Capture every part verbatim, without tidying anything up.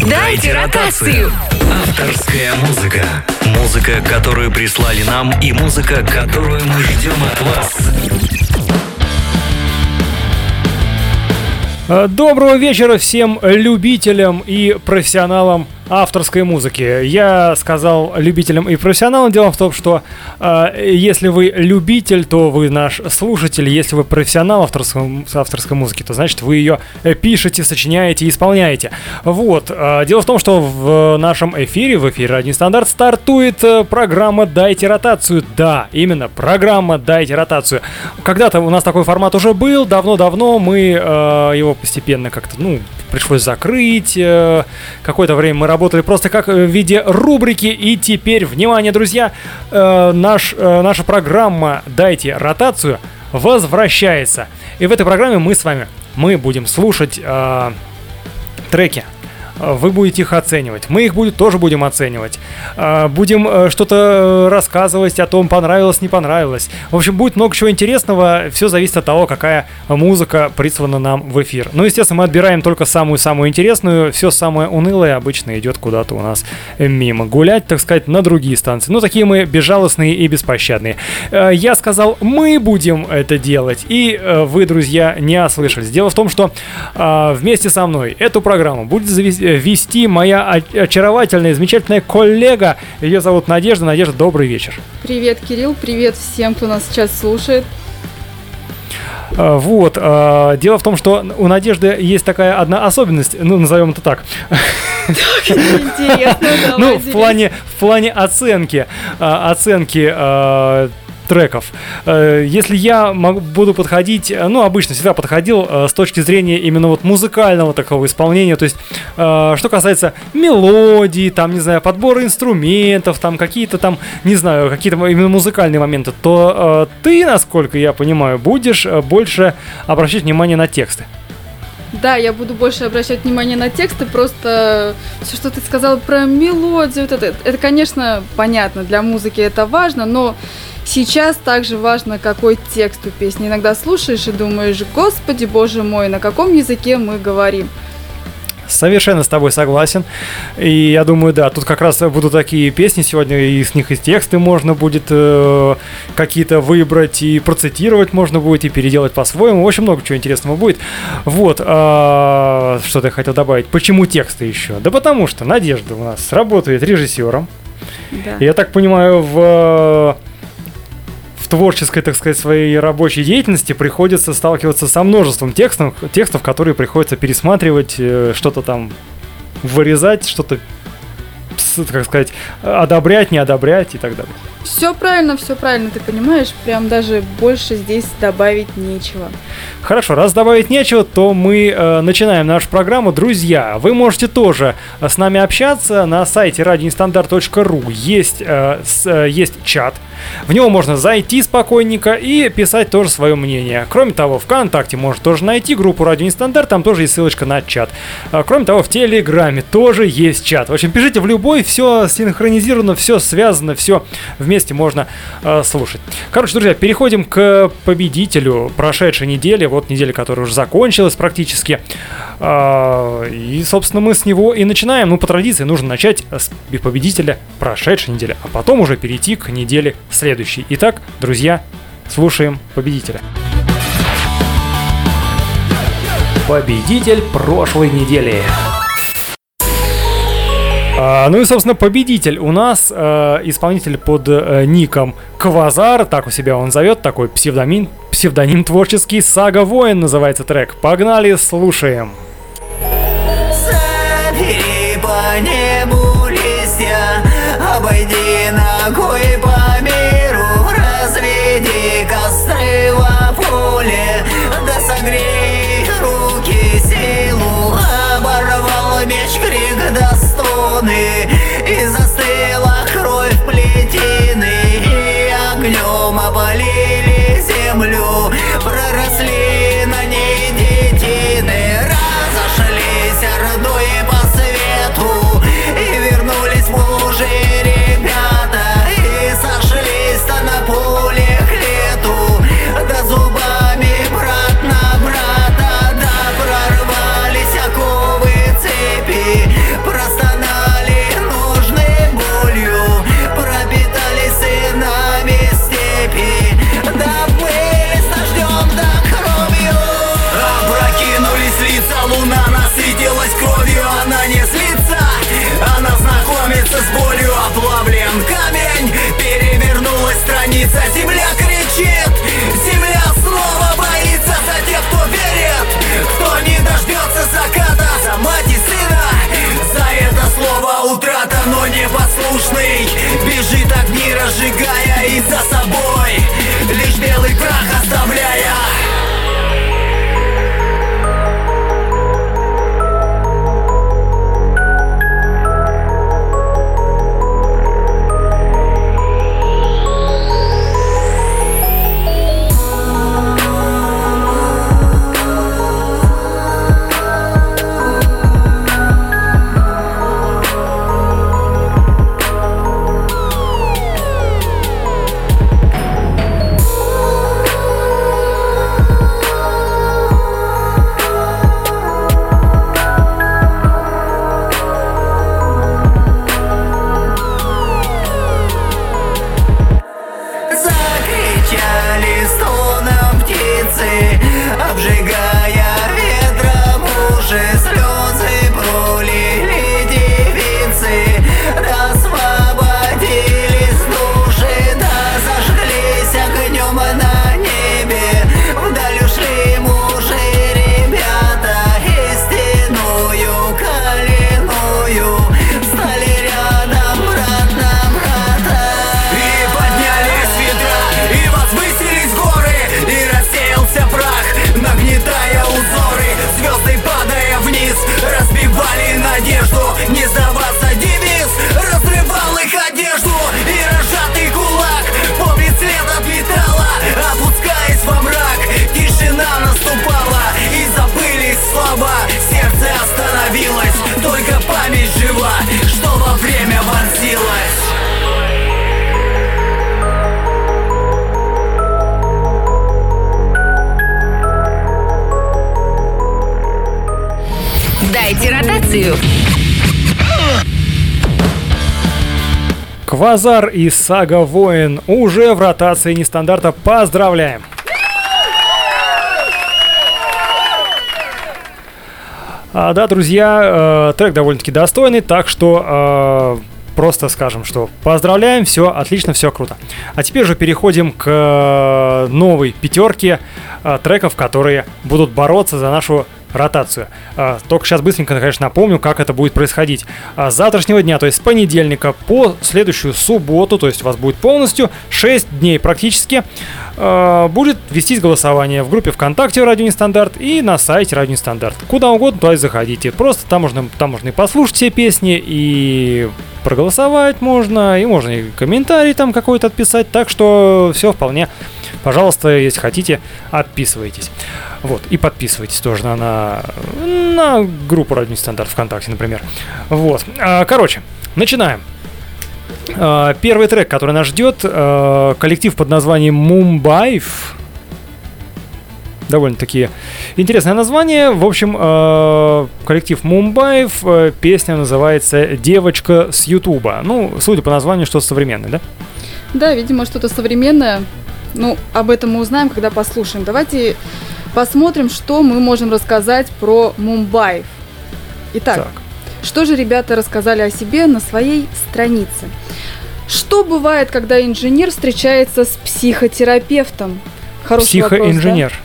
Дайте ротацию. Авторская музыка. Музыка, которую прислали нам, и музыка, которую мы ждем от вас. Доброго вечера всем любителям и профессионалам авторской музыки. Я сказал любителям и профессионалам. Дело в том, что э, если вы любитель, то вы наш слушатель. Если вы профессионал авторской, авторской музыки, то значит вы ее пишете, сочиняете и исполняете. Вот. Э, дело в том, что в нашем эфире, в эфире Радио Стандарт, стартует э, программа «Дайте ротацию». Да, именно программа «Дайте ротацию». Когда-то у нас такой формат уже был. Давно-давно мы э, его постепенно как-то, ну, пришлось закрыть. Э, какое-то время мы работали просто как в виде рубрики. И теперь, внимание, друзья, э, наш, э, наша программа «Дайте ротацию» возвращается. И в этой программе мы с вами, мы будем слушать э, треки. Вы будете их оценивать. Мы их будет, тоже будем оценивать. Будем что-то рассказывать о том, понравилось, не понравилось. В общем, будет много чего интересного. Все зависит от того, какая музыка прислана нам в эфир. Ну, естественно, мы отбираем только самую-самую интересную. Все самое унылое обычно идет куда-то у нас мимо. Гулять, так сказать, на другие станции. Ну, такие мы безжалостные и беспощадные. Я сказал, мы будем это делать. И вы, друзья, не ослышались. Дело в том, что вместе со мной эту программу будет завести вести моя очаровательная, замечательная коллега. Ее зовут Надежда. Надежда, добрый вечер. Привет, Кирилл. Привет всем, кто нас сейчас слушает. Вот. Дело в том, что у Надежды есть такая одна особенность, ну, назовем это так. Так, интересно, давай. Ну, в плане, в плане оценки, оценки треков. Если я могу, буду подходить, ну, обычно всегда подходил с точки зрения именно вот музыкального такого исполнения, то есть, что касается мелодии, там, не знаю, подбора инструментов, там, какие-то там, не знаю, какие-то именно музыкальные моменты, то ты, насколько я понимаю, будешь больше обращать внимание на тексты. Да, я буду больше обращать внимание на тексты, просто все, что ты сказал про мелодию, вот это, это, конечно, понятно, для музыки это важно, но сейчас также важно, какой текст у песни. Иногда слушаешь и думаешь, господи, боже мой, на каком языке мы говорим. Совершенно с тобой согласен. И я думаю, да, тут как раз будут такие песни сегодня, и с них и тексты можно будет э, какие-то выбрать, и процитировать можно будет, и переделать по-своему. Очень много чего интересного будет. Вот, э, что-то я хотел добавить. Почему тексты еще? Да потому что Надежда у нас работает режиссером. Да. Я так понимаю, в... творческой, так сказать, своей рабочей деятельности приходится сталкиваться со множеством текстов, текстов, которые приходится пересматривать, что-то там вырезать, что-то, как сказать, одобрять, не одобрять и так далее. Все правильно, все правильно, ты понимаешь, прям даже больше здесь добавить нечего. Хорошо, раз добавить нечего, то мы э, начинаем нашу программу. Друзья, вы можете тоже с нами общаться на сайте радионестандарт точка ру. Есть, э, с, э, есть чат. В него можно зайти спокойненько и писать тоже свое мнение. Кроме того, ВКонтакте можно тоже найти группу Радио Нестандарт, там тоже есть ссылочка на чат. Кроме того, в Телеграме тоже есть чат. В общем, пишите в любой, все синхронизировано, все связано, все вместе можно э, слушать. Короче, друзья, переходим к победителю прошедшей недели, вот неделя, которая уже закончилась практически. Э, и, собственно, мы с него и начинаем. Ну, по традиции нужно начать с победителя прошедшей недели, а потом уже перейти к неделе следующий. Итак, друзья, слушаем победителя. Победитель прошлой недели. А, ну и, собственно, победитель у нас э, исполнитель под э, ником Квазар, так у себя он зовет, такой псевдоним, псевдоним творческий. Сага Воин называется трек. Погнали, слушаем. Забери по небу листья, обойди ногой по миру, разведи костры во поле, да согрей руки силу, оборвал меч крик до стоны, и застыла кровь плетины, и огнем опалили землю, проросли на ней детины, разошлись ордой по свету, и вернулись мужи ребята, и Квазар и Сага Воин уже в ротации нестандарта. Поздравляем! А, да, друзья, э, трек довольно-таки достойный, так что э, просто скажем, что поздравляем, все отлично, все круто. А теперь же переходим к э, новой пятерке э, треков, которые будут бороться за нашу ротацию. А, только сейчас быстренько, конечно, напомню, как это будет происходить. А, с завтрашнего дня, то есть с понедельника по следующую субботу, то есть у вас будет полностью шесть дней практически, а, будет вестись голосование в группе ВКонтакте Радио Нестандарт и на сайте Радио Нестандарт. Куда угодно туда и заходите. Просто там можно, там можно и послушать все песни, и проголосовать можно, и можно и комментарий там какой-то отписать. Так что все вполне. Пожалуйста, если хотите, отписывайтесь. Вот, и подписывайтесь тоже на, на, на группу Радио Нестандарт ВКонтакте, например. Вот, а, короче, начинаем. А, первый трек, который нас ждет, а, коллектив под названием Мумбаев. Довольно-таки интересное название. В общем, а, коллектив Мумбаев, а, песня называется «Девочка с Ютуба». Ну, судя по названию, что-то современное, да? Да, видимо, что-то современное. Ну, об этом мы узнаем, когда послушаем. Давайте посмотрим, что мы можем рассказать про Мумбаев. Итак, так. Что же ребята рассказали о себе на своей странице? Что бывает, когда инженер встречается с психотерапевтом? Хороший Психоинженер. вопрос,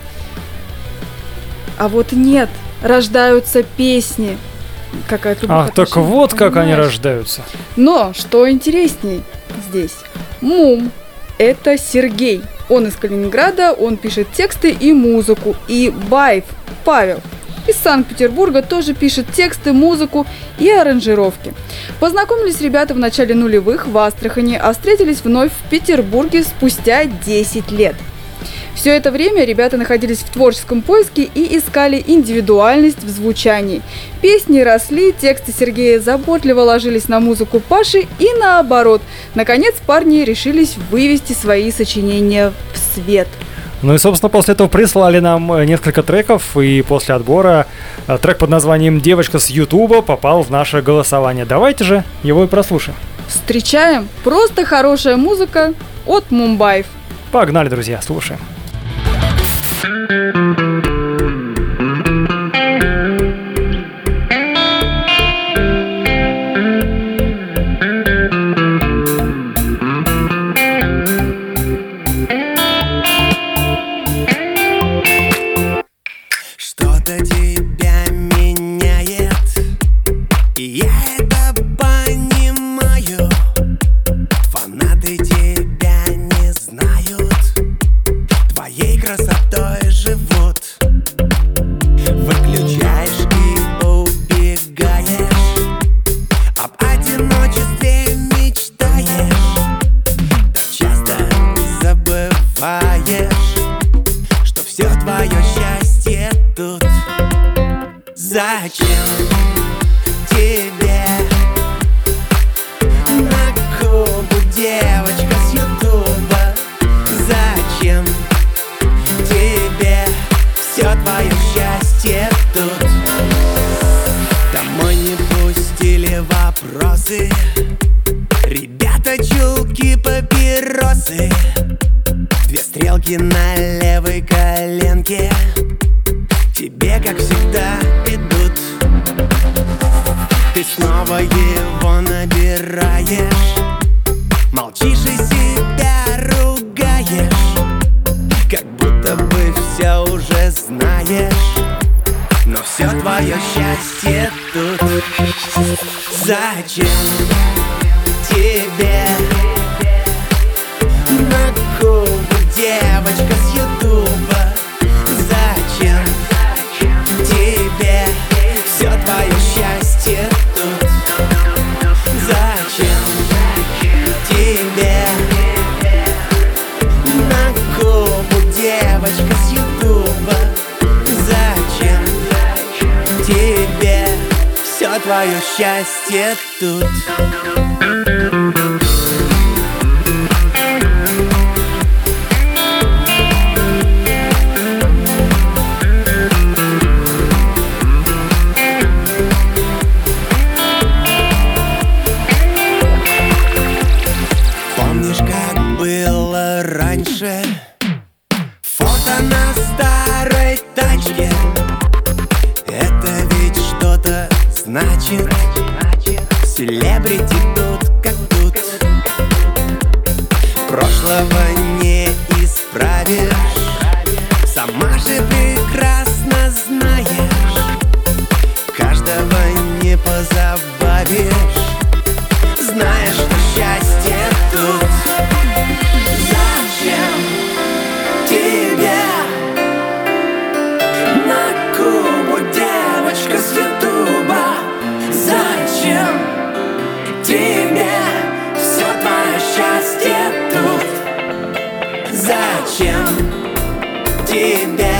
да? А вот нет, рождаются песни. Какая-то Ах, так вот как понимаешь? Они рождаются. Но, что интересней здесь? Мум – это Сергей. Он из Калининграда, он пишет тексты и музыку. И Баев Павел из Санкт-Петербурга тоже пишет тексты, музыку и аранжировки. Познакомились ребята в начале нулевых в Астрахани, а встретились вновь в Петербурге спустя десять лет. Все это время ребята находились в творческом поиске и искали индивидуальность в звучании. Песни росли, тексты Сергея заботливо ложились на музыку Паши и наоборот. Наконец парни решились вывести свои сочинения в свет. Ну и, собственно, после этого прислали нам несколько треков, и после отбора трек под названием «Девочка с Ютуба» попал в наше голосование. Давайте же его и прослушаем. Встречаем просто хорошая музыка от Мумбаев. Погнали, друзья, слушаем. Что-то тебя меняет, и я это понимаю. Фанаты тебя не знают, твоей красотой живут. Выключаешь и убегаешь, об одиночестве мечтаешь. Так часто забываешь, что все твое счастье тут. Зачем тебе на Кубу девочка с Ютуба? Зачем тебе все твое счастье тут? Домой не пустили вопросы, ребята чулки, папиросы, две стрелки на левой коленке тебе, как всегда, идут. Ты снова его набираешь, молчишь и себя ругаешь, как будто бы все уже знаешь, но все твое счастье тут. Зачем тебе на Кубу девочка с Ютуба? Зачем тебе все твое счастье тут? Зачем тебе на Кубу девочка с Ютуба? Зачем тебе все твое счастье тут? селебрити тут, как тут. Прошлого не исправишь, сама же прекрасно знаешь. Каждого не позабавишь, знаешь, что счастье тут. Зачем тебе на Кубу девочка с Ютуба? Зачем тебе все твое счастье тут? Зачем тебе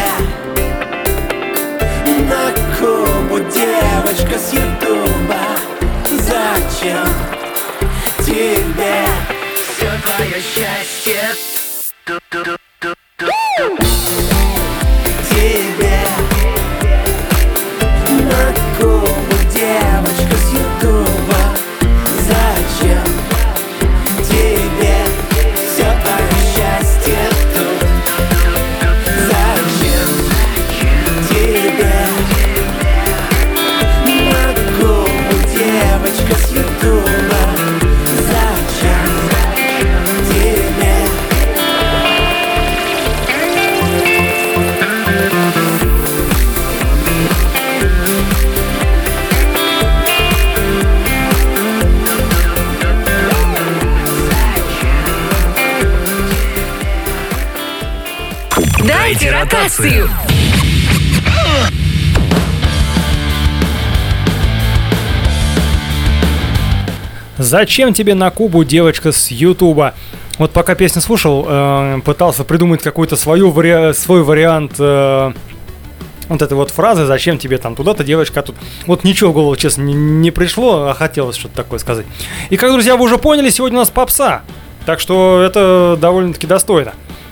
на Кубу девочка с Ютуба? Зачем тебе все твое счастье? Тебе на Кубу девочка с Ютуба. Зачем тебе все твое счастье тут? Зачем тебе на Кубу девочка с Ютуба? Зачем тебе? Дайте ротацию. Зачем тебе на Кубу девочка с Ютуба? Вот пока песню слушал, э, пытался придумать какой-то свою вари... свой вариант э, вот этой вот фразы. Зачем тебе там туда-то девочка, а тут... Вот ничего в голову, честно, не, не пришло, а хотелось что-то такое сказать. И как, друзья, вы уже поняли, сегодня у нас попса. Так что это довольно-таки достойно.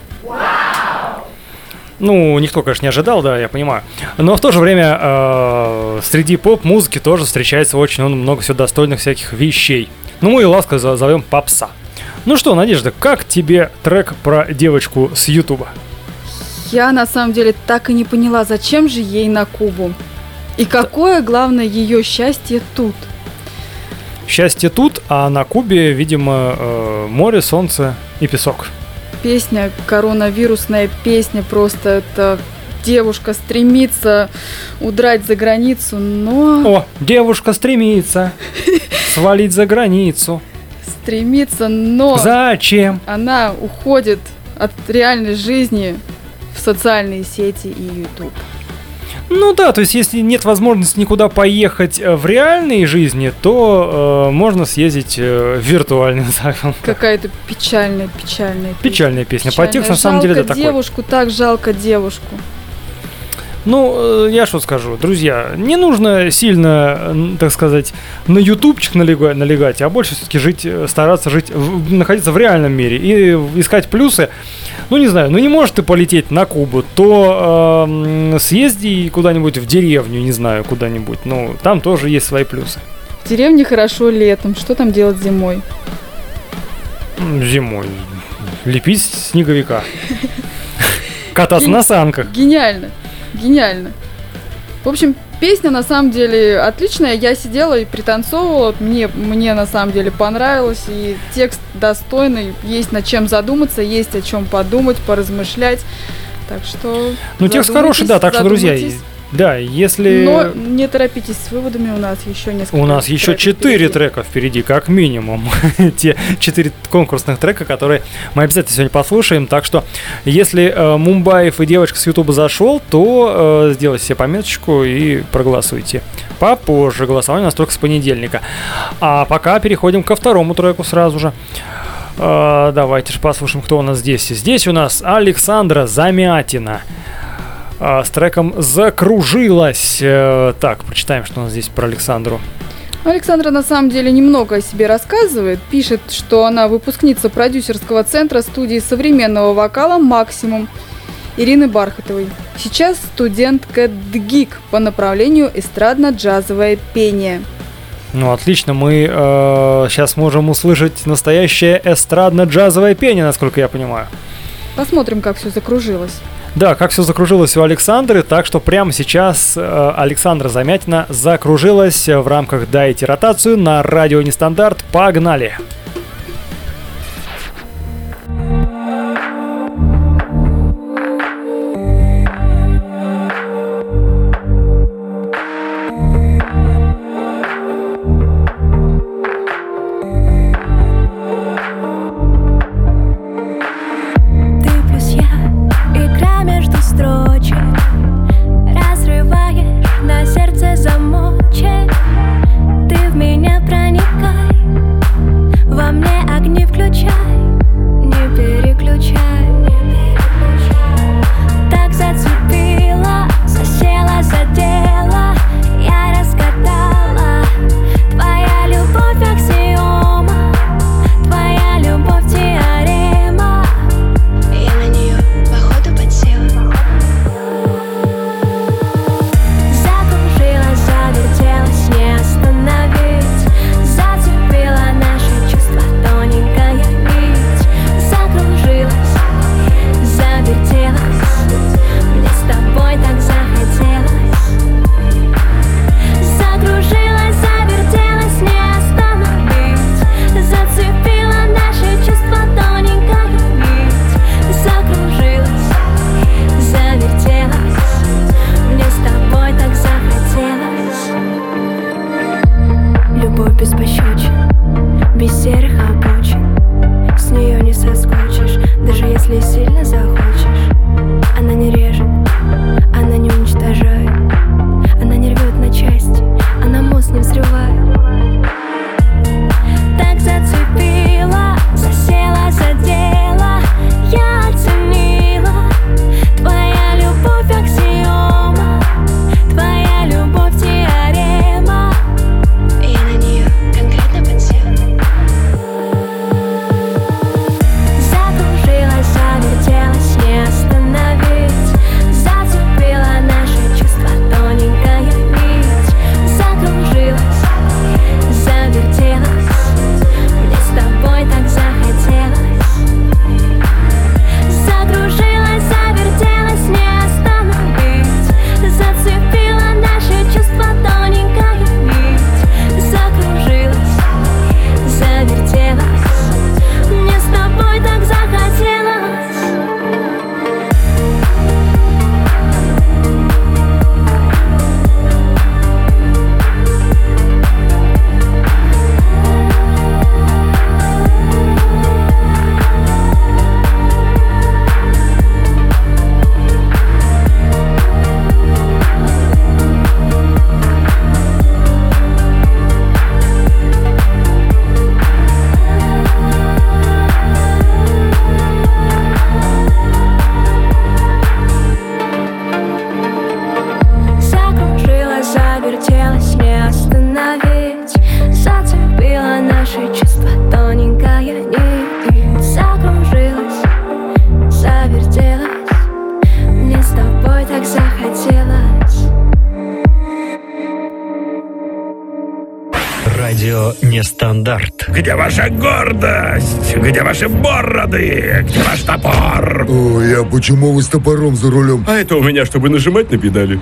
Ну, никто, конечно, не ожидал, да, я понимаю. Но в то же время э, среди поп-музыки тоже встречается очень много всего достойных всяких вещей. Ну, мы и ласково зовем попса. Ну что, Надежда, как тебе трек про девочку с Ютуба? Я на самом деле так и не поняла, зачем же ей на Кубу. И какое, главное, ее счастье тут. Счастье тут, а на Кубе, видимо, э, море, солнце и песок. Песня, коронавирусная песня, просто это девушка стремится удрать за границу, но... О, девушка стремится свалить за границу. Стремится, но... Зачем? Она уходит от реальной жизни в социальные сети и YouTube. Ну да, то есть если нет возможности никуда поехать в реальной жизни, то э, можно съездить э, в виртуальный. Какая-то печальная, печальная песня. Печальная песня. Печальная. Подтекст на самом деле да такой. Девушку, так жалко девушку. Ну, э, я что скажу, друзья, не нужно сильно, э, так сказать, на ютубчик налегать, налегать, а больше все-таки жить, стараться жить, в, находиться в реальном мире и искать плюсы. Ну, не знаю, ну не можешь ты полететь на Кубу, то э, съезди куда-нибудь в деревню, не знаю, куда-нибудь. Ну, там тоже есть свои плюсы. В деревне хорошо летом. Что там делать зимой? Зимой. Лепить снеговика. Кататься на санках. Гениально. Гениально. В общем, песня на самом деле отличная. Я сидела и пританцовывала. Мне, мне на самом деле понравилось. И текст достойный. Есть над чем задуматься, есть о чем подумать, поразмышлять. Так что... Ну, текст хороший, да. Так что, друзья, да, если... Но не торопитесь с выводами, у нас еще несколько... У нас еще четыре трека впереди, как минимум. Те четыре конкурсных трека, которые мы обязательно сегодня послушаем. Так что, если э, Мумбаев и девочка с Ютуба зашел, то э, сделайте себе пометочку и проголосуйте. Попозже. Голосование у нас только с понедельника. А пока переходим ко второму треку сразу же. Э, давайте же послушаем, кто у нас здесь. Здесь у нас Александра Замятина с треком «Закружилась». Так, прочитаем, что у нас здесь про Александру. Александра на самом деле немного о себе рассказывает. Пишет, что она выпускница продюсерского центра студии современного вокала «Максимум» Ирины Бархатовой. Сейчас студентка ДГИК по направлению эстрадно-джазовое пение. Ну, отлично, мы э, сейчас можем услышать настоящее эстрадно-джазовое пение, насколько я понимаю. Посмотрим, как все закружилось. Да, как все закружилось у Александры, так что прямо сейчас э, Александра Замятина закружилась в рамках «Дайте ротацию» на радио Нестандарт. Погнали! Радио Нестандарт. Где ваша гордость? Где ваши бороды? Где ваш топор? Ой, а почему вы с топором за рулем? А это у меня, чтобы нажимать на педали.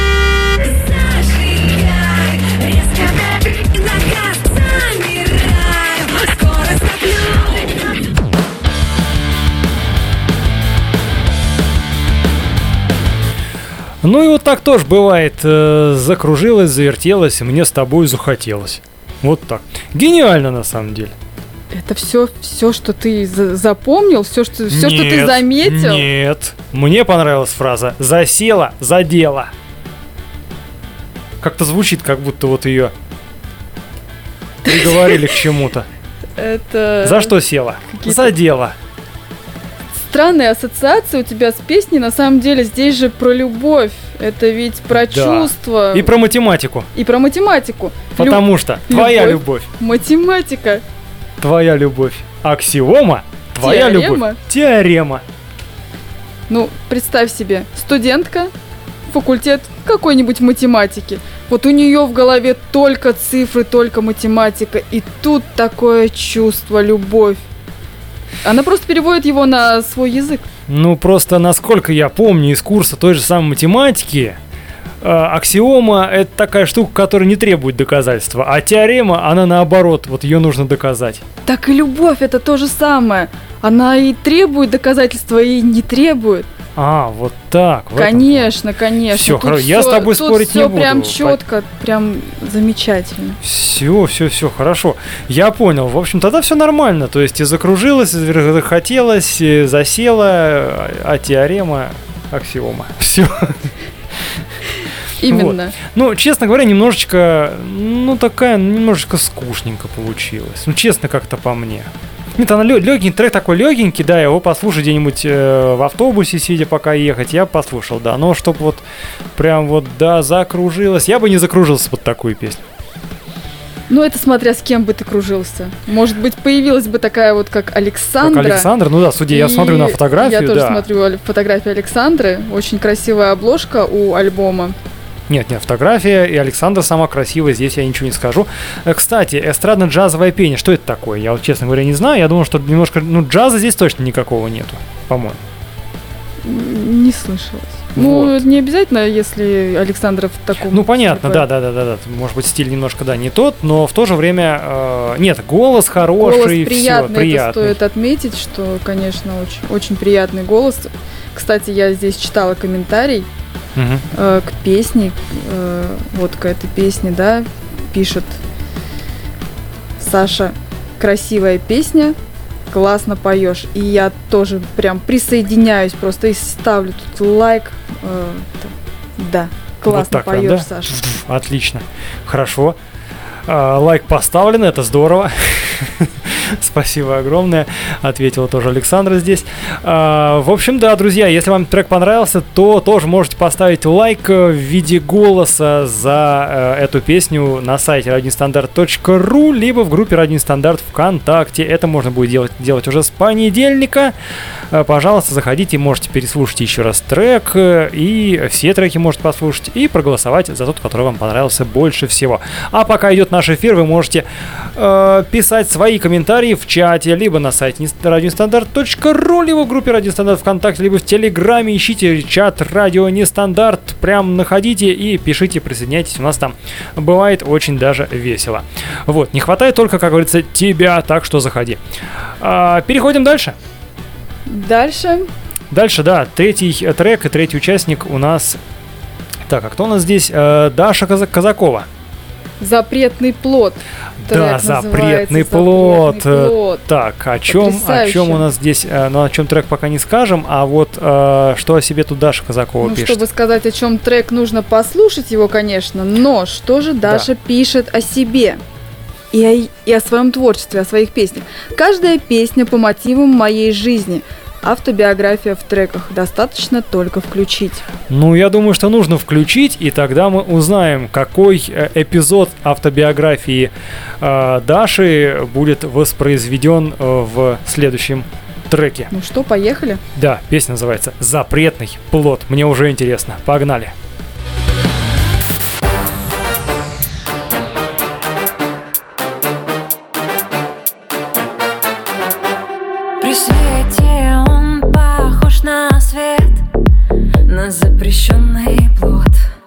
Ну и вот так тоже бывает. Э, закружилась, завертелась, мне с тобой захотелось. Вот так. Гениально на самом деле. Это все, все, что ты за- запомнил, все, что, все, что ты Нет, заметил. Нет. Мне понравилась фраза «засела, задела». Как-то звучит, как будто вот ее приговорили к чему-то. Это За что села? какие-то- Задела. странные ассоциации у тебя с песней. На самом деле здесь же про любовь. Это ведь про Да. чувства. И про математику. И про математику. Потому что твоя любовь. любовь, Математика. твоя любовь. Аксиома, твоя Теорема. любовь. Теорема. Ну, представь себе, студентка, факультет какой-нибудь математики. Вот у нее в голове только цифры, только математика. И тут такое чувство, любовь. Она просто переводит его на свой язык. Ну, просто, насколько я помню из курса той же самой математики, э, аксиома — это такая штука, которая не требует доказательства, а теорема, она наоборот, вот ее нужно доказать. Так и любовь это то же самое. Она и требует доказательства, и не требует. А, вот так. в этом Конечно, конечно. Всё, Тут хорошо, я с всё- тобой тут спорить не всё буду. прям По- четко, прям замечательно. Все, все, все, хорошо. Я понял. В общем, тогда все нормально. То есть и закружилось, и захотелось, и засела, а теорема аксиома. Все. Именно. Ну, честно говоря, немножечко, ну, такая, немножечко скучненько получилось. Ну, честно, как-то по мне. Нет, она легенький, трек такой легенький, да, его послушать где-нибудь э, в автобусе, сидя пока ехать, я послушал, да. Но чтоб вот прям вот, да, закружилось, я бы не закружился под такую песню. Ну, это смотря с кем бы ты кружился. Может быть, появилась бы такая вот, как Александра. Как Александр, ну да, судя, я И смотрю на фотографию, Я тоже да. смотрю аль- фотографию Александры. Очень красивая обложка у альбома. Нет, нет, фотография, и Александра сама красивая, здесь я ничего не скажу. Э, Кстати, эстрадно-джазовое пение, что это такое? Я вот, честно говоря, не знаю. Я думал, что немножко, ну, джаза здесь точно никакого нету, по-моему. М, Не слышалось. Ну, Вот. это не обязательно, если Александра в таком... Ну, понятно, стиле. да, да, да, да, да. Может быть, стиль немножко, да, не тот, но в то же время, э, нет, голос хороший, Голос всё, приятный, это приятный. стоит отметить, что, конечно, очень, очень приятный голос. Кстати, я здесь читала комментарий Мгм. э, к песне, э, вот к этой песне, да, пишет Саша: красивая песня, классно поешь. И я тоже прям присоединяюсь, просто и ставлю тут лайк. Э, т- да, классно так прям, поешь, да? Саша. Отлично, хорошо. А, лайк поставлен, это здорово. Спасибо огромное, ответила тоже Александра здесь. А, в общем, да, друзья, если вам трек понравился, то тоже можете поставить лайк в виде голоса за э, эту песню на сайте радионестандарт точка ру, либо в группе Радио Нестандарт ВКонтакте. Это можно будет делать, делать уже с понедельника. Э, пожалуйста, заходите, можете переслушать еще раз трек, э, и все треки можете послушать, и проголосовать за тот, который вам понравился больше всего. А пока идет наш эфир, вы можете э, писать свои комментарии в чате, либо на сайте радио нестандарт точка ру, либо в группе Радио Нестандарт ВКонтакте, либо в Телеграме. Ищите чат Радио Нестандарт, прям находите и пишите, присоединяйтесь. У нас там бывает очень даже весело. Вот, не хватает только, как говорится, тебя, так что заходи. А, переходим дальше. Дальше. Дальше, да, третий трек и третий участник у нас... Так, а кто у нас здесь? Э, Даша Каза- Казакова. Запретный плод. Да, Трек запретный называется плод. «Запретный плод». Так, о чем, о Потрясающе. чем у нас здесь, э, ну о чем трек пока не скажем, а вот э, что о себе тут Даша Казакова Ну, пишет. чтобы сказать, о чем трек, нужно послушать его, конечно, но что же Даша пишет о себе? И о, и о своем творчестве, о своих песнях. Каждая песня по мотивам моей жизни. Автобиография в треках. Достаточно только включить. Ну, я думаю, что нужно включить, и тогда мы узнаем, какой э, эпизод автобиографии э, Даши будет воспроизведен э, в следующем треке. Ну что, поехали? Да, песня называется «Запретный плод». Мне уже интересно. Погнали. При свете он похож на свет, на запрещенный плод.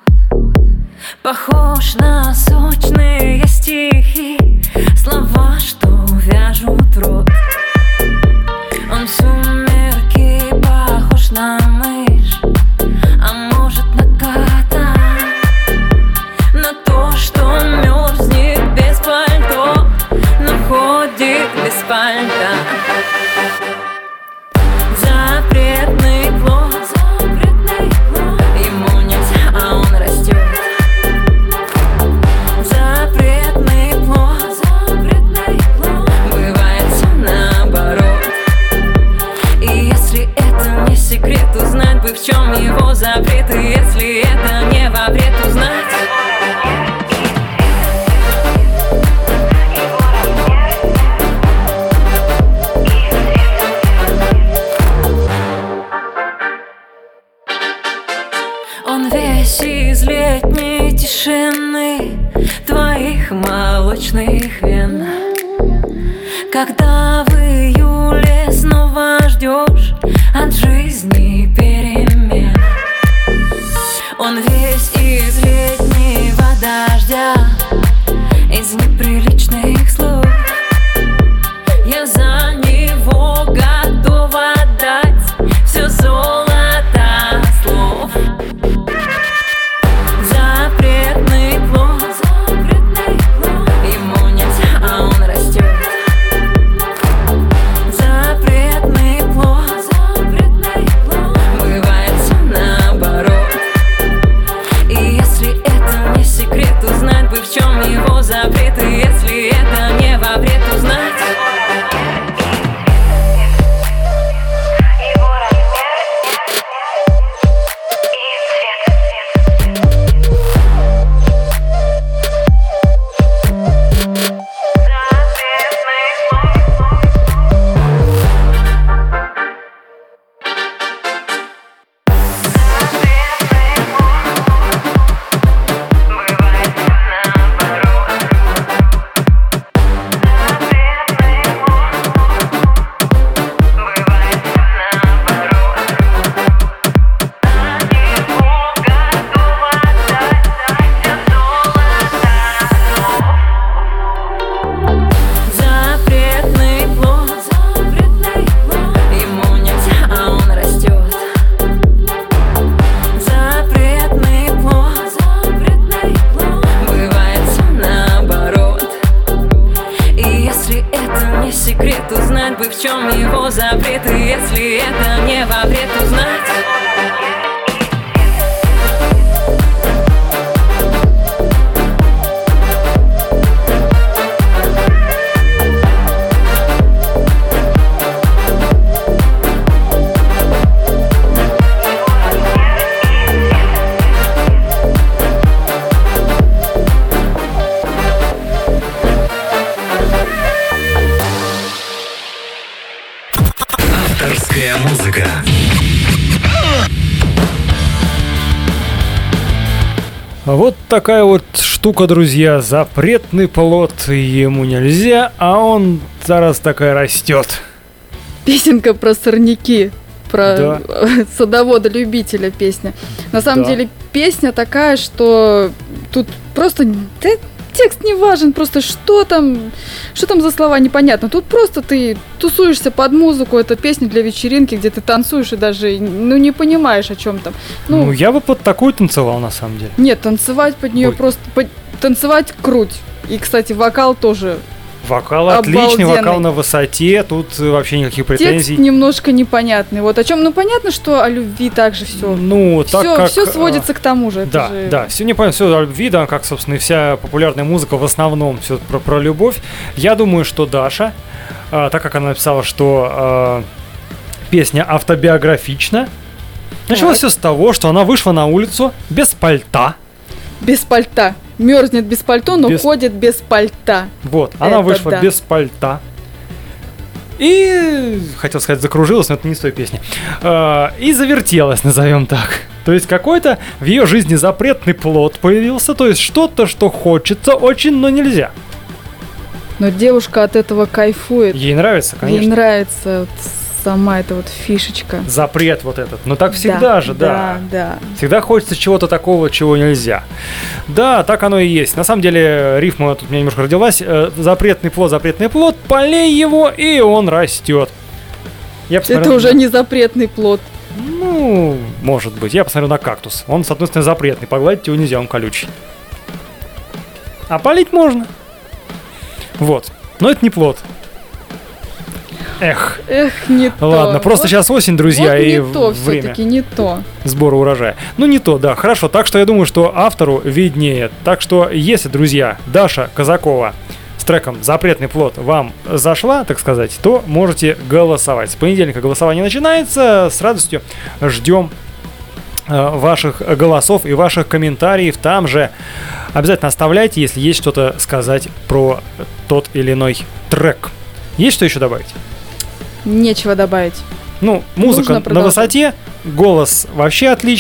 Похож на сочные стихи, слова, что вяжут рот. Он в сумерки похож на мышь, а может на кота, на то, что мерзнет без пальто, но ходит без пальта. Запретный плод, запретный плод. Ему нельзя, а он растет. Запретный плод, запретный плод. Бывает все наоборот. И если это не секрет, узнать бы, в чем его запрет. И если это не во вред, узнать. Он весь из летней тишины твоих молочных вен. Когда в июле снова снова ждешь от жизни перемен. Он весь из летнего дождя, из неприличных слов. Я за него готова отдать все золото слов. Запретный плод, ему нельзя, а он растет. Запретный плод, бывает все наоборот. И если это не секрет, узнать бы, в чем его запрет. И если это не во вред, узнать. В чем его запрет, и если это не во вред, узнать. Авторская музыка. Вот такая вот штука, друзья. Запретный плод, ему нельзя, а он зараз такая растет. Песенка про сорняки, про Да. садовода-любителя песня. На самом Да. деле песня такая, что тут просто да, текст не важен, просто что там, что там за слова непонятно. Тут просто ты тусуешься под музыку, это песня для вечеринки, где ты танцуешь и даже ну не понимаешь, о чем там. Ну, Ну, я бы под такую танцевал, на самом деле. нет, танцевать под нее Ой. просто под- танцевать круть. И, кстати, вокал тоже. Вокал отличный, Обалденный. вокал на высоте, тут э, вообще никаких претензий. Текст немножко непонятный. Вот о чем, ну понятно, что о любви также все. Ну, так все, как... все э, сводится к тому же. это Да, же- да, все не понятно, все о любви, да, как, собственно, и вся популярная музыка в основном все про, про любовь. Я думаю, что Даша, э, так как она написала, что э, песня автобиографична, началось все с того, что она вышла на улицу без пальта. Без пальта. Мерзнет без пальто, но Без- ходит без пальта. Вот, она Это вышла да. без пальта. И, хотел сказать, закружилась, но это не с той песни. Э, и завертелась, назовем так. То есть какой-то в ее жизни запретный плод появился, то есть что-то, что хочется очень, но нельзя. Но девушка от этого кайфует. Ей нравится, Ей конечно. нравится вот сама эта вот фишечка. Запрет вот этот. Но так всегда же, да. Да, Всегда хочется чего-то такого, чего нельзя. Да, так оно и есть. На самом деле, рифма тут у меня немножко родилась. Э, запретный плод, запретный плод, полей его, и он растет. Я да. посмотрел Это на- уже не запретный плод. Ну, может быть. Я посмотрел на кактус. Он, с одной стороны, запретный. Погладить его нельзя, он колючий. А полить можно. Вот. Но это не плод. Эх. Эх, не то. Ладно, просто Вот- сейчас осень, друзья, вот и не то время все-таки, не то. сбора урожая. Ну, не то, да, хорошо. Так что я думаю, что автору виднее. Так что, если, друзья, Даша Казакова с треком «Запретный плод» вам зашла, так сказать, то можете голосовать. С понедельника голосование начинается. С радостью ждем э, ваших голосов и ваших комментариев там же. Обязательно оставляйте, если есть что-то сказать про тот или иной трек. Есть что еще добавить? Нечего добавить. Ну, музыка Нужно на продолжать. высоте, голос вообще отличный,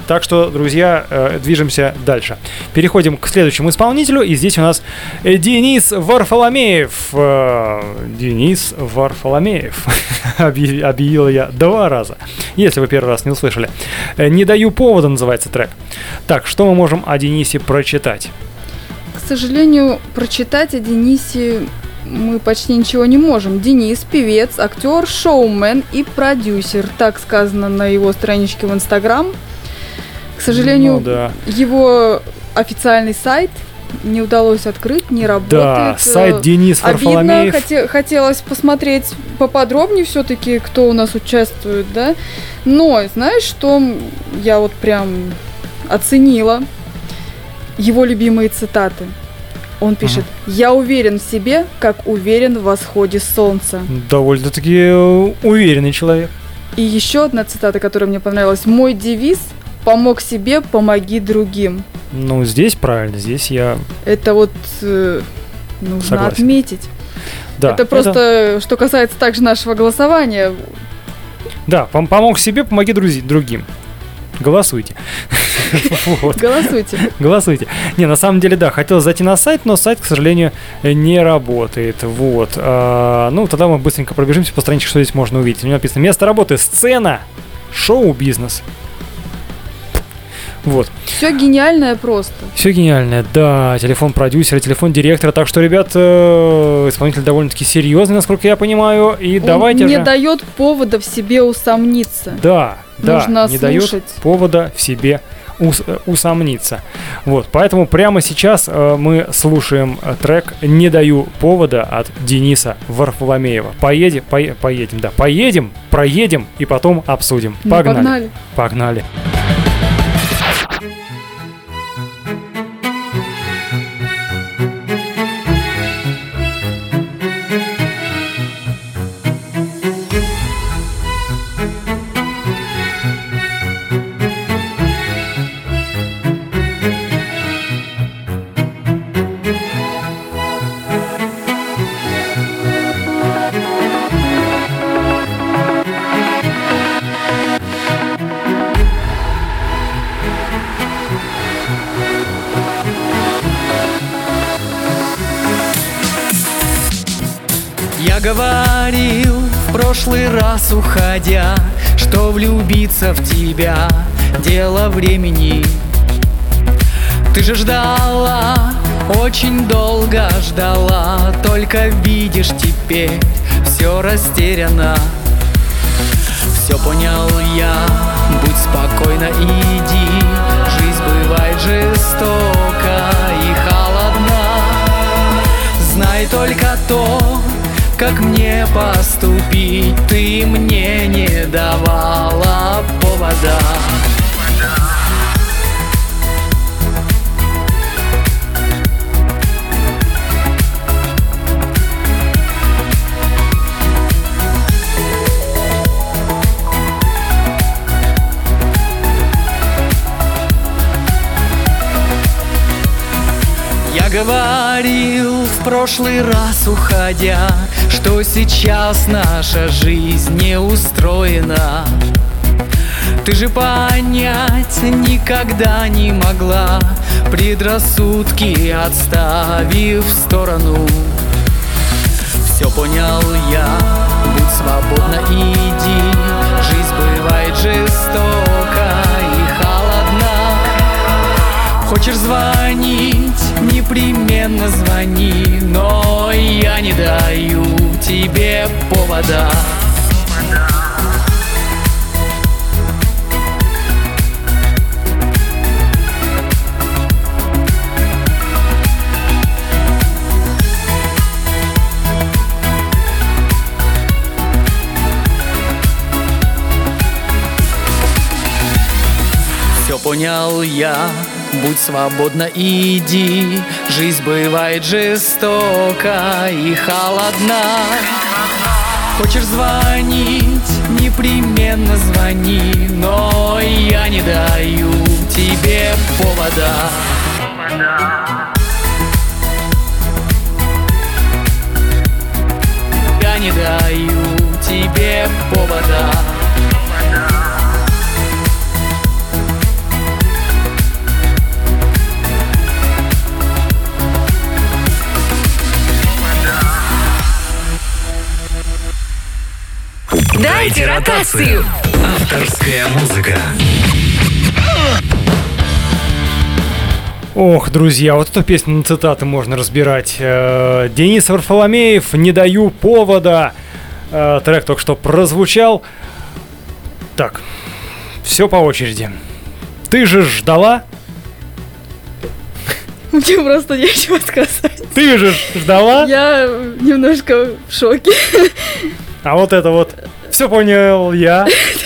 Так что, друзья, э, движемся дальше. Переходим к следующему исполнителю. И здесь у нас э, Денис Варфоломеев. Э, Денис Варфоломеев. Объяв- Объявил я два раза. Если вы первый раз не услышали. Э, «Не даю повода» называется трек. Так, что мы можем о Денисе прочитать? К сожалению, прочитать о Денисе мы почти ничего не можем. Денис – певец, актер, шоумен и продюсер. Так сказано на его страничке в Инстаграм. К сожалению, Ну да. его официальный сайт не удалось открыть, не работает. Да, сайт Денис Обидно, Варфоломеев. хоте- хотелось посмотреть поподробнее все-таки, кто у нас участвует, да. Но, знаешь, что я вот прям оценила? Его любимые цитаты. Он пишет: «Я уверен в себе, как уверен в восходе солнца». Довольно-таки э, уверенный человек. И еще одна цитата, которая мне понравилась. «Мой девиз – помог себе, помоги другим». Ну, здесь правильно, здесь я Это вот э, нужно Согласен. отметить. Да, это просто, что касается также нашего голосования. Да, пом- помог себе, помоги друзи- другим. Голосуйте. Вот, Голосуйте. голосуйте. Не, на самом деле, да, хотел зайти на сайт, но сайт, к сожалению, не работает. Вот. А, ну, тогда мы быстренько пробежимся по страничке, что здесь можно увидеть. У него написано: место работы, сцена, шоу-бизнес. Вот. Все гениальное просто. Все гениальное, да, телефон продюсера, телефон директора, так что, ребят, э, исполнитель довольно-таки серьезный, насколько я понимаю, и Он давайте не же... дает повода в себе усомниться. Да, да, Нужно не дает слушать. повода в себе ус- э, усомниться. Вот, поэтому прямо сейчас э, мы слушаем э, трек «Не даю повода» от Дениса Варфоломеева. Поедем, пое- поедем, да, поедем, проедем и потом обсудим. Ну, Погнали. погнали. Погнали. Я говорил в прошлый раз, уходя, что влюбиться в тебя — дело времени. Ты же ждала, очень долго ждала, только видишь теперь, все растеряно. Все понял я, будь спокойна, иди, жизнь бывает жестока и холодна. Знай только то, как мне поступить, ты мне не давала повода. Я говорил в прошлый раз, уходя, что сейчас наша жизнь не устроена. Ты же понять никогда не могла, предрассудки отставив в сторону. Все понял я, будь свободна, иди, жизнь бывает жестока и холодна. Хочешь звонить, непременно звони, но я не даю тебе повода. Все понял я, будь свободна, иди, жизнь бывает жестока и холодна. Хочешь звонить, непременно звони, но я не даю тебе повода. Я не даю тебе повода. Дайте ротацию. Авторская музыка. Ох, друзья, вот эту песню на цитаты можно разбирать. Э, Денис Варфоломеев «Не даю повода». Э, Трек только что прозвучал. Так, все по очереди. Ты же ждала? Мне просто нечего сказать. Ты же ждала? Я немножко в шоке. А вот это вот. Все понял я.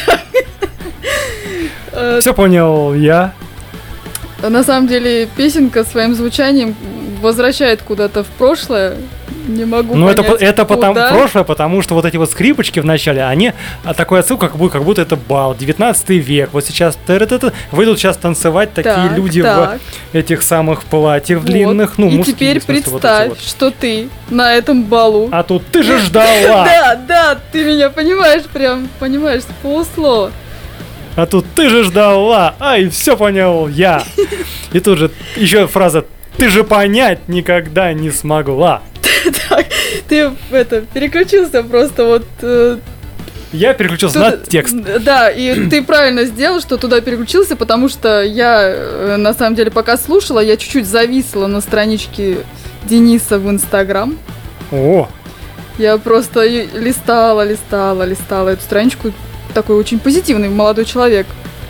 Все понял я. На самом деле песенка своим звучанием возвращает куда-то в прошлое. Не могу Ну, это, понять, по- это потому, куда. прошлое, потому что вот эти вот скрипочки в начале, они, а, такой отсылка, как будто, как будто это бал, девятнадцатый век. Вот сейчас тыры-тыры, выйдут сейчас танцевать такие Так, люди так. в этих самых платьях Вот. длинных. Ну, И мужские, теперь в смысле, вот эти представь, вот. что ты на этом балу. А тут ты же ждала! Да, да, ты меня понимаешь, прям понимаешь, с полуслова. А тут ты же ждала! Ай, все понял я! И тут же еще фраза «Ты же понять никогда не смогла». Так, ты это переключился просто вот. э, Я переключился туда- на текст. Да, и ты правильно сделал, что туда переключился, потому что я э, на самом деле пока слушала, я чуть-чуть зависла на страничке Дениса в Инстаграм. О, Я просто и листала, листала, листала эту страничку. Такой очень позитивный молодой человек.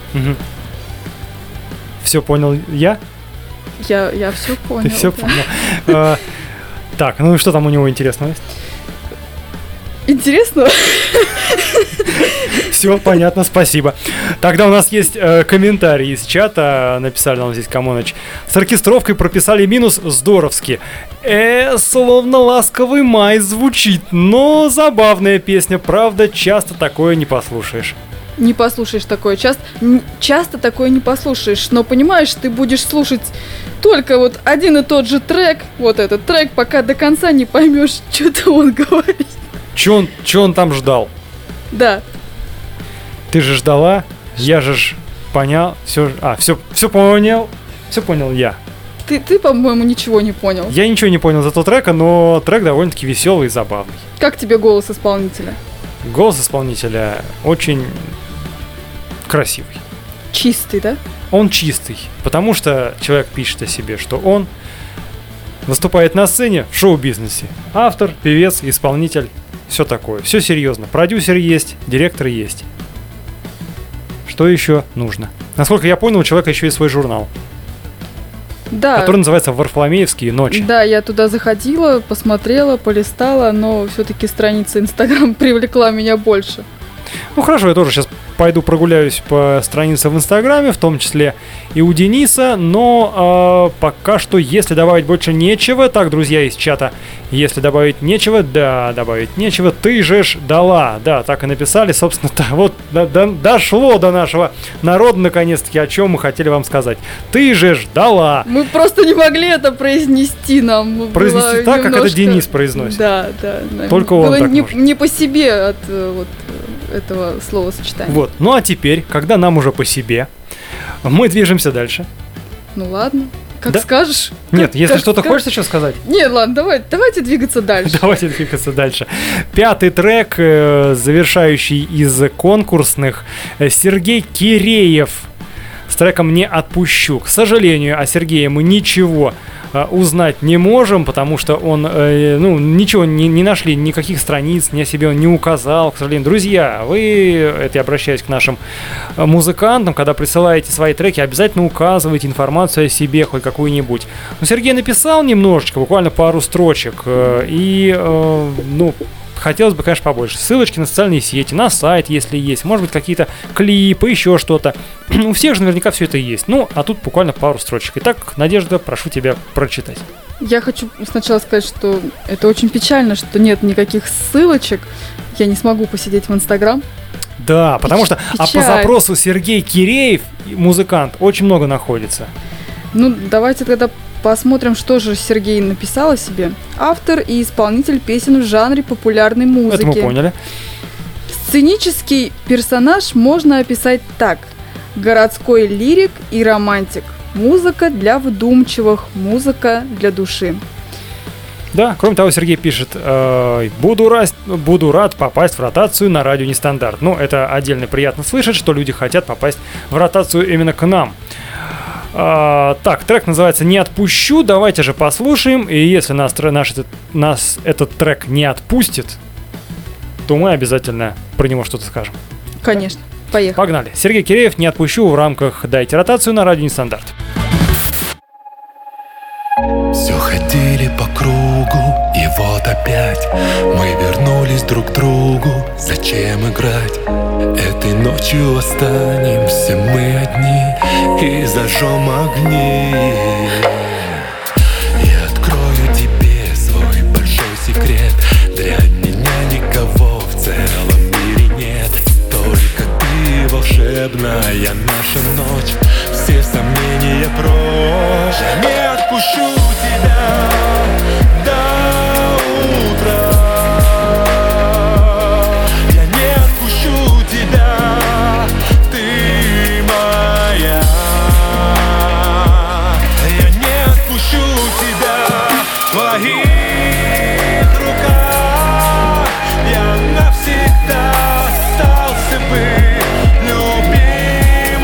все понял я? Я, я все понял. Ты все да. понял. А, Так, ну и что там у него интересного есть? Интересно? Все понятно, спасибо. Тогда у нас есть э, комментарий из чата. Написали нам здесь Камоныч. С оркестровкой прописали минус здоровски. Э, словно ласковый май звучит, но забавная песня. Правда, часто такое не послушаешь. Не послушаешь такое. Часто, н- часто такое не послушаешь. Но понимаешь, ты будешь слушать только вот один и тот же трек, вот этот трек, пока до конца не поймешь, что-то он говорит. Че он, чё он там ждал? Да. Ты же ждала, я же ж понял, все, а, все, все понял, все понял я. Ты, ты, по-моему, ничего не понял. Я ничего не понял за тот трека, но трек довольно-таки веселый и забавный. Как тебе голос исполнителя? Голос исполнителя очень красивый. Чистый, да? Он чистый, потому что человек пишет о себе, что он выступает на сцене в шоу-бизнесе. Автор, певец, исполнитель, все такое. Все серьезно. Продюсер есть, директор есть. Что еще нужно? Насколько я понял, у человека еще есть свой журнал, Да. который называется «Варфоломеевские ночи». Да, я туда заходила, посмотрела, полистала, но все-таки страница Инстаграм привлекла меня больше. Ну хорошо, я тоже сейчас пойду прогуляюсь по странице в Инстаграме, в том числе и у Дениса, но э, пока что, если добавить больше нечего, так, друзья из чата, если добавить нечего, да, добавить нечего, ты же ж дала, да, так и написали, собственно, да, вот до- до- дошло до нашего народа, наконец-таки, о чем мы хотели вам сказать. Ты же ж дала. Мы просто не могли это произнести нам. Произнести Было так, как это немножко- Денис произносит. Да, да. нам Только он было так не, может. не по себе от э, вот э, этого словосочетания. Вот, ну а теперь, когда нам уже по себе, мы движемся дальше. Ну ладно, как Да? скажешь. Нет, Как- если как что-то ска- хочешь еще сказать? Нет, ладно, давай, давайте двигаться дальше. Давайте двигаться дальше. Пятый трек, э, завершающий из конкурсных, э, Сергей Киреев с треком «Не отпущу». К сожалению, о Сергее мы ничего э, узнать не можем, потому что он, э, ну, ничего не, не нашли, никаких страниц, ни о себе он не указал, к сожалению. Друзья, вы, это я обращаюсь к нашим э, музыкантам, когда присылаете свои треки, обязательно указывайте информацию о себе, хоть какую-нибудь. Ну, Сергей написал немножечко, буквально пару строчек, э, и, э, ну, хотелось бы, конечно, побольше. Ссылочки на социальные сети, на сайт, если есть, может быть, какие-то клипы, еще что-то. У всех же наверняка все это есть. Ну, а тут буквально пару строчек. Итак, Надежда, прошу тебя прочитать. Я хочу сначала сказать, что это очень печально, что нет никаких ссылочек. Я не смогу посидеть в Инстаграм. Да, потому что а по печаль. запросу Сергей Киреев, музыкант, очень много находится. Ну, давайте тогда посмотрим, что же Сергей написал о себе. Автор и исполнитель песен в жанре популярной музыки. Это мы поняли. Сценический персонаж можно описать так. Городской лирик и романтик. Музыка для вдумчивых, музыка для души. Да, кроме того, Сергей пишет, э, буду, раз, буду рад попасть в ротацию на радио Нестандарт. Ну, это отдельно приятно слышать, что люди хотят попасть в ротацию именно к нам. Э, так, трек называется «Не отпущу», давайте же послушаем. И если нас, наш, этот, нас этот трек не отпустит, то мы обязательно про него что-то скажем. Конечно, поехали. Погнали. Сергей Киреев, «Не отпущу» в рамках «Дайте ротацию» на радио Нестандарт. Все ходили по кругу, и вот опять мы вернулись друг к другу. Зачем играть? Этой ночью останемся мы одни и зажжем огни. Я открою тебе свой большой секрет. Для меня никого в целом мире нет. Только ты волшебная наша ночь. Все сомнения прочь. Я не отпущу тебя до утра. Я не отпущу тебя, ты моя. Я не отпущу тебя в твоих руках. Я навсегда остался бы любимая.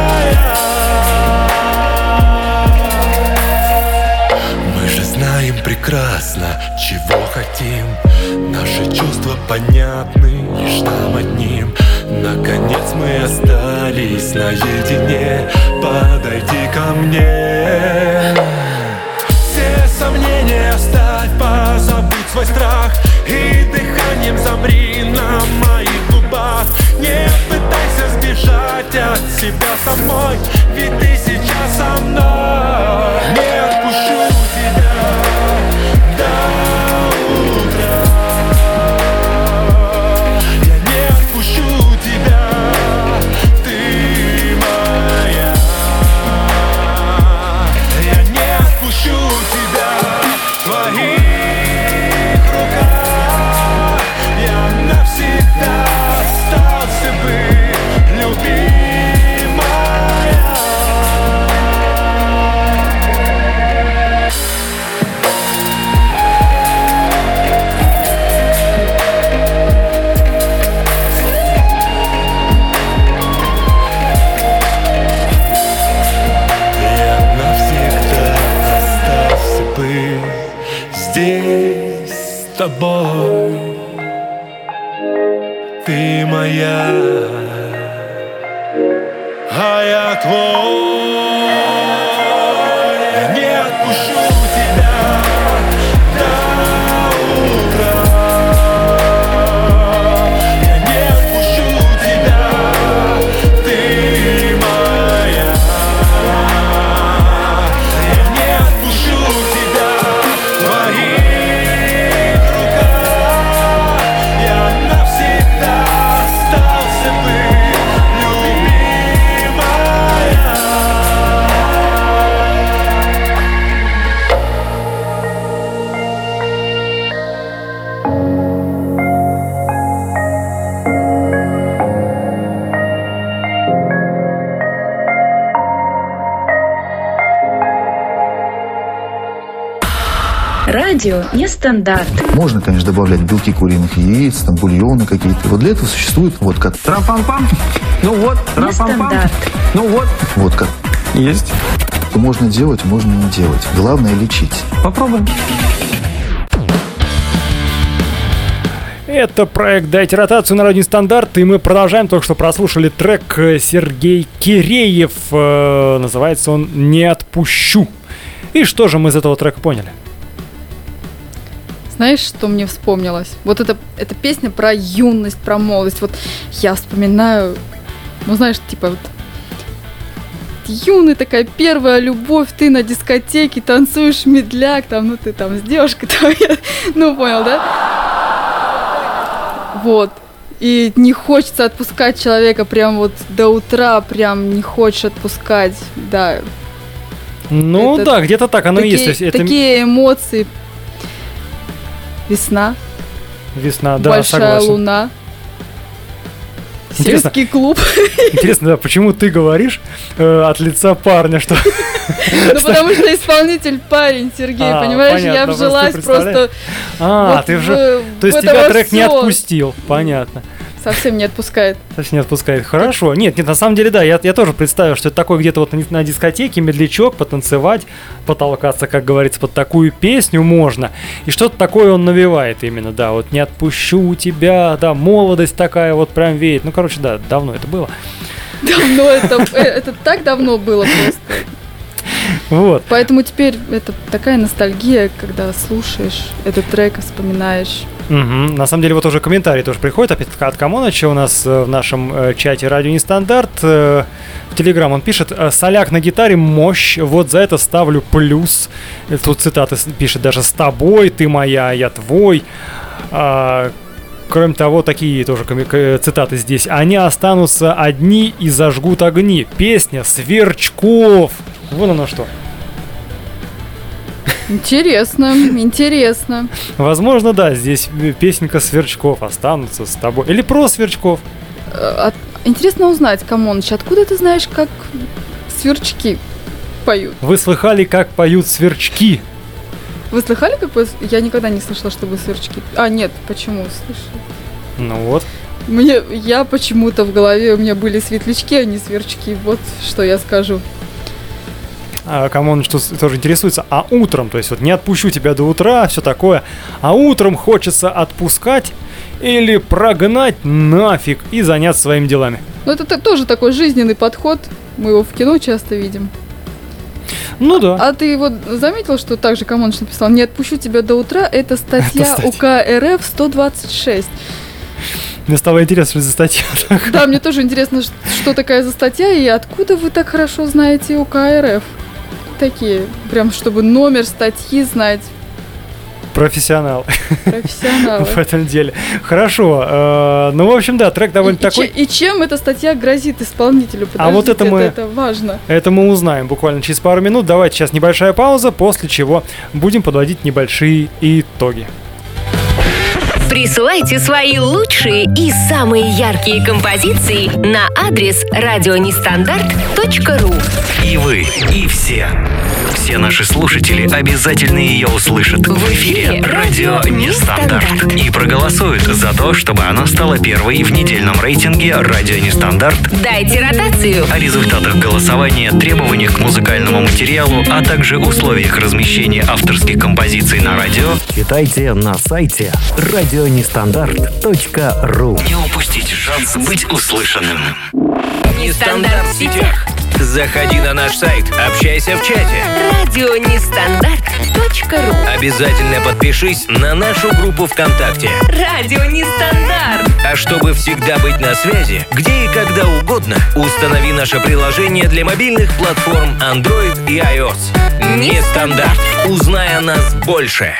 Мы же знаем прекрасно, чего хотим. Наши чувства понятны лишь нам одним. Наконец мы остались наедине. Подойди ко мне. Все сомнения оставь, позабудь свой страх. И дыханием замри на моих губах. Не пытайся сбежать от себя самой, ведь ты сейчас со мной. Не отпущу тебя до утра. Я не отпущу тебя, ты моя. Я не отпущу тебя в твоих руках. Я навсегда остался бы любимая. Я навсегда остался бы здесь с тобой. Ты моя, а я твой. Я не отпущу тебя до утра. Я не отпущу тебя, ты моя. Я не отпущу тебя в твоих руках. Я навсегда остался бы любимая. Радио Нестандарт. Можно, конечно, добавлять белки куриных яиц, там, бульоны какие-то. Вот для этого существует водка. Трам-пам-пам. Ну вот, трам-пам-пам. Ну вот. Водка. Есть. Можно делать, можно не делать. Главное лечить. Попробуем. Это проект «Дайте ротацию» на радио Нестандарт, и мы продолжаем. Только что прослушали трек Сергей Киреев. Э, называется он «Не отпущу». И что же мы из этого трека поняли? Знаешь, что мне вспомнилось? Вот это, эта песня про юность, про молодость. Вот я вспоминаю, ну знаешь, типа вот юный такая первая любовь, ты на дискотеке танцуешь медляк, там, ну ты там с девушкой, там, ну понял, да? Вот. И не хочется отпускать человека прям вот до утра, прям не хочешь отпускать, да. Ну это, да, где-то так оно такие, и есть. Это... Такие эмоции. Весна. Весна, да, Большая согласен. луна. Интересно, Сельский клуб. интересно, да, почему ты говоришь э, от лица парня, что... Ну, потому что исполнитель парень, Сергей, А, понимаешь, понятно, я просто вжилась представляешь? просто... А, вот ты в- уже... То есть в тебя это трек не всё. отпустил, понятно. Совсем не отпускает. Совсем не отпускает. Хорошо. Нет, нет, на самом деле, да, я, я тоже представил, что это такой где-то вот на, на дискотеке, медлячок, потанцевать, потолкаться, как говорится, под такую песню можно. И что-то такое он навевает именно, да, вот не отпущу тебя, да, молодость такая вот прям веет. Ну, короче, да, давно это было. Давно это... э, Это так давно было просто. Вот. Поэтому теперь это такая ностальгия, когда слушаешь этот трек, вспоминаешь. Мгм. На самом деле, вот уже комментарий тоже приходит опять от Камоныча у нас э, в нашем э, чате «Радио Нестандарт». Э, в Телеграм он пишет: «Э, «Соляк на гитаре, мощь, вот за это ставлю плюс». Э, Тут цитаты с- пишет даже «С тобой, ты моя, я твой». А, кроме того, такие тоже коми- к- цитаты здесь. «Они останутся одни и зажгут огни». Песня Сверчков. Вон оно что. Интересно, интересно. Возможно, да, здесь э, песенка Сверчков останутся с тобой. Или про Сверчков. Э, от- Интересно узнать, Камоныч, откуда ты знаешь, как сверчки поют? Вы слыхали, как поют сверчки? Вы слыхали, как вы... Я никогда не слышала, чтобы сверчки... А, нет, почему слышала? Ну вот. Мне... Я почему-то в голове у меня были светлячки, а не сверчки. Вот что я скажу. А Камоныч тут тоже интересуется. А утром, то есть вот не отпущу тебя до утра, все такое. А утром хочется отпускать или прогнать нафиг и заняться своими делами. Ну, это т- тоже такой жизненный подход. Мы его в кино часто видим. Ну да. А ты вот заметил, что также Камоныч написал: «Не отпущу тебя до утра» — это статья Это статья. УК РФ сто двадцать шесть. Мне стало интересно, что за статья. Да, мне тоже интересно, ш- что такая за статья и откуда вы так хорошо знаете УК РФ. Такие, прям чтобы номер статьи знать. Профессионал Профессионалы. в этом деле. Хорошо. э, Ну, в общем, да, трек довольно И, такой. че- и чем эта статья грозит исполнителю? А вот это Подождите, мы- это важно. Это мы узнаем буквально через пару минут. Давайте сейчас небольшая пауза, после чего будем подводить небольшие итоги. Присылайте свои лучшие и самые яркие композиции на адрес радионестандарт точка ру. И вы, и все. Все наши слушатели обязательно ее услышат в эфире «Радио Нестандарт» и проголосуют за то, чтобы она стала первой в недельном рейтинге «Радио Нестандарт». Дайте ротацию. О результатах голосования, требованиях к музыкальному материалу, а также условиях размещения авторских композиций на радио читайте на сайте радионестандарт точка ру. Не упустите шанс быть услышанным. Нестандарт в сетях. Заходи на наш сайт, общайся в чате. радионестандарт точка ру. Обязательно подпишись на нашу группу ВКонтакте. Радио Нестандарт. А чтобы всегда быть на связи, где и когда угодно, установи наше приложение для мобильных платформ Android и iOS. Нестандарт. Узнай о нас больше.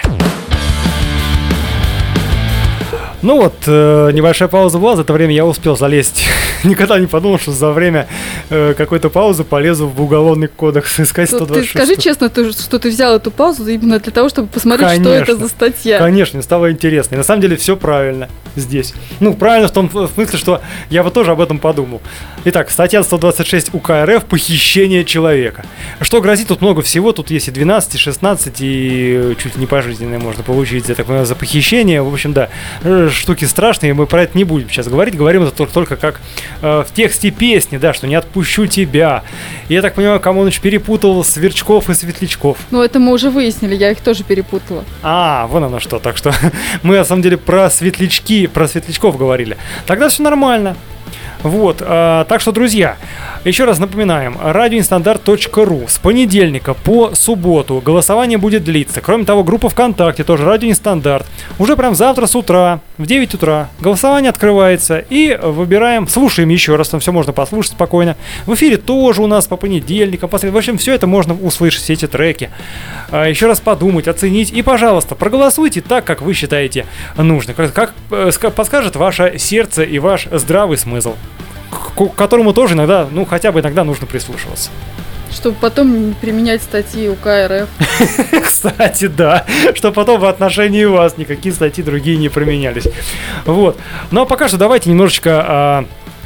Ну вот, э, небольшая пауза была, за это время я успел залезть. Никогда не подумал, что за время э, какой-то паузы полезу в уголовный кодекс искать Вот сто ты двадцать шесть. скажи честно, ты, что ты взял эту паузу именно для того, чтобы посмотреть, что Конечно. это за статья. Конечно, мне стало интересно. И на самом деле все правильно здесь. Ну, правильно в том в смысле, что я вот тоже об этом подумал. Итак, статья сто двадцать шесть УК РФ «Похищение человека». Что грозит? Тут много всего. Тут есть и двенадцать, и шестнадцать, и чуть ли не пожизненное можно получить, я так понимаю, за похищение. В общем, да, э, штуки страшные, мы про это не будем сейчас говорить. Говорим это только, только как э, в тексте песни, да, что «не отпущу тебя». И я так понимаю, Камоныч перепутал сверчков и светлячков. Ну, это мы уже выяснили, я их тоже перепутала. А, вон оно что. Так что мы, на самом деле, про светлячки, про светлячков говорили. Тогда все нормально. Вот, а, так что, друзья, еще раз напоминаем, радионестандарт точка ру. С понедельника по субботу голосование будет длиться. Кроме того, группа ВКонтакте тоже «Радио Нестандарт». Уже прям завтра с утра, в девять утра, голосование открывается. И выбираем, слушаем еще раз, там все можно послушать спокойно. В эфире тоже у нас по понедельникам, по средам. В общем, все это можно услышать, все эти треки. А, еще раз подумать, оценить. И, пожалуйста, проголосуйте так, как вы считаете нужным. Как, как э, ска- подскажет ваше сердце и ваш здравый смысл, к к которому тоже иногда, ну, хотя бы иногда нужно прислушиваться. Чтобы потом не применять статьи УК РФ. Кстати, да, что потом в отношении вас никакие статьи другие не применялись. Вот. Ну, а пока что давайте немножечко а,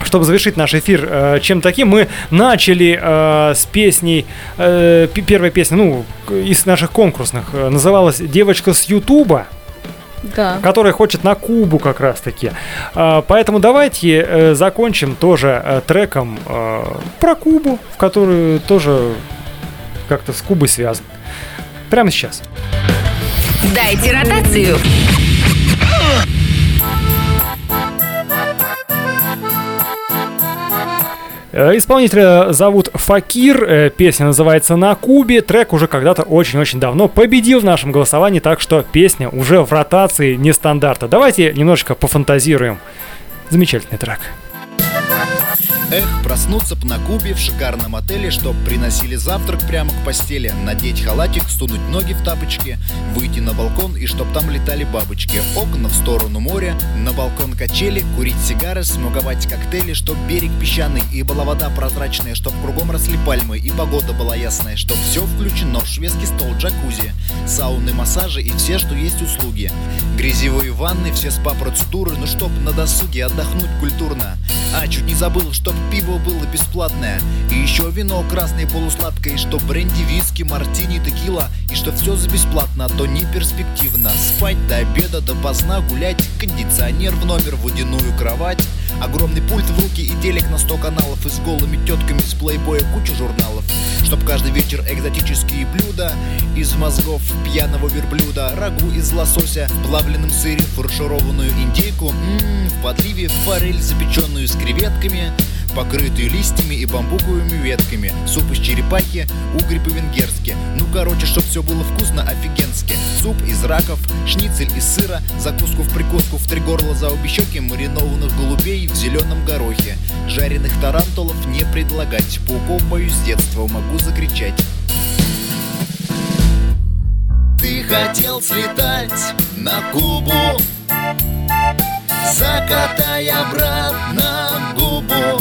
чтобы завершить наш эфир э, чем таким, мы начали э, с песней, э, первая песня, ну, из наших конкурсных, э, называлась «Девочка с Ютуба». Да. Которая хочет на Кубу как раз таки. А, поэтому давайте э, закончим тоже э, треком э, про Кубу, в который тоже как-то с Кубой связан. Прямо сейчас. Дайте ротацию. Исполнителя зовут Факир, песня называется «На Кубе». Трек уже когда-то очень-очень давно победил в нашем голосовании, так что песня уже в ротации нестандарта. Давайте немножечко пофантазируем. Замечательный трек. Эх, проснуться б на Кубе в шикарном отеле, чтоб приносили завтрак прямо к постели, надеть халатик, сунуть ноги в тапочки, выйти на балкон и чтоб там летали бабочки. Окна в сторону моря, на балкон качели, курить сигары, смаковать коктейли, чтоб берег песчаный и была вода прозрачная, чтоб кругом росли пальмы и погода была ясная, чтоб все включено, шведский стол, джакузи, сауны, массажи и все, что есть услуги. Грязевые ванны, все спа-процедуры, ну чтоб на досуге отдохнуть культурно. А, чуть не забыл, чтоб пиво было бесплатное, и еще вино красное полусладкое, и чтоб бренди, виски, мартини, текила, и чтоб все за бесплатно, а то не перспективно. Спать до обеда, допоздна гулять, кондиционер в номер, водяную кровать, огромный пульт в руки и телек на сто каналов, и с голыми тетками с плейбоя кучу журналов. Чтоб каждый вечер экзотические блюда из мозгов пьяного верблюда, рагу из лосося в плавленном сыре, фаршированную индейку, м-м, в подливе форель, запеченную с креветками, покрытые листьями и бамбуковыми ветками, суп из черепахи, угри по-венгерски. Ну короче, чтоб все было вкусно, офигенски. Суп из раков, шницель из сыра, закуску в прикуску в три горла за обе щеки, маринованных голубей в зеленом горохе, жареных тарантулов не предлагать, пауков боюсь с детства, могу закричать. Ты хотел слетать на Кубу, закатай обратно губу.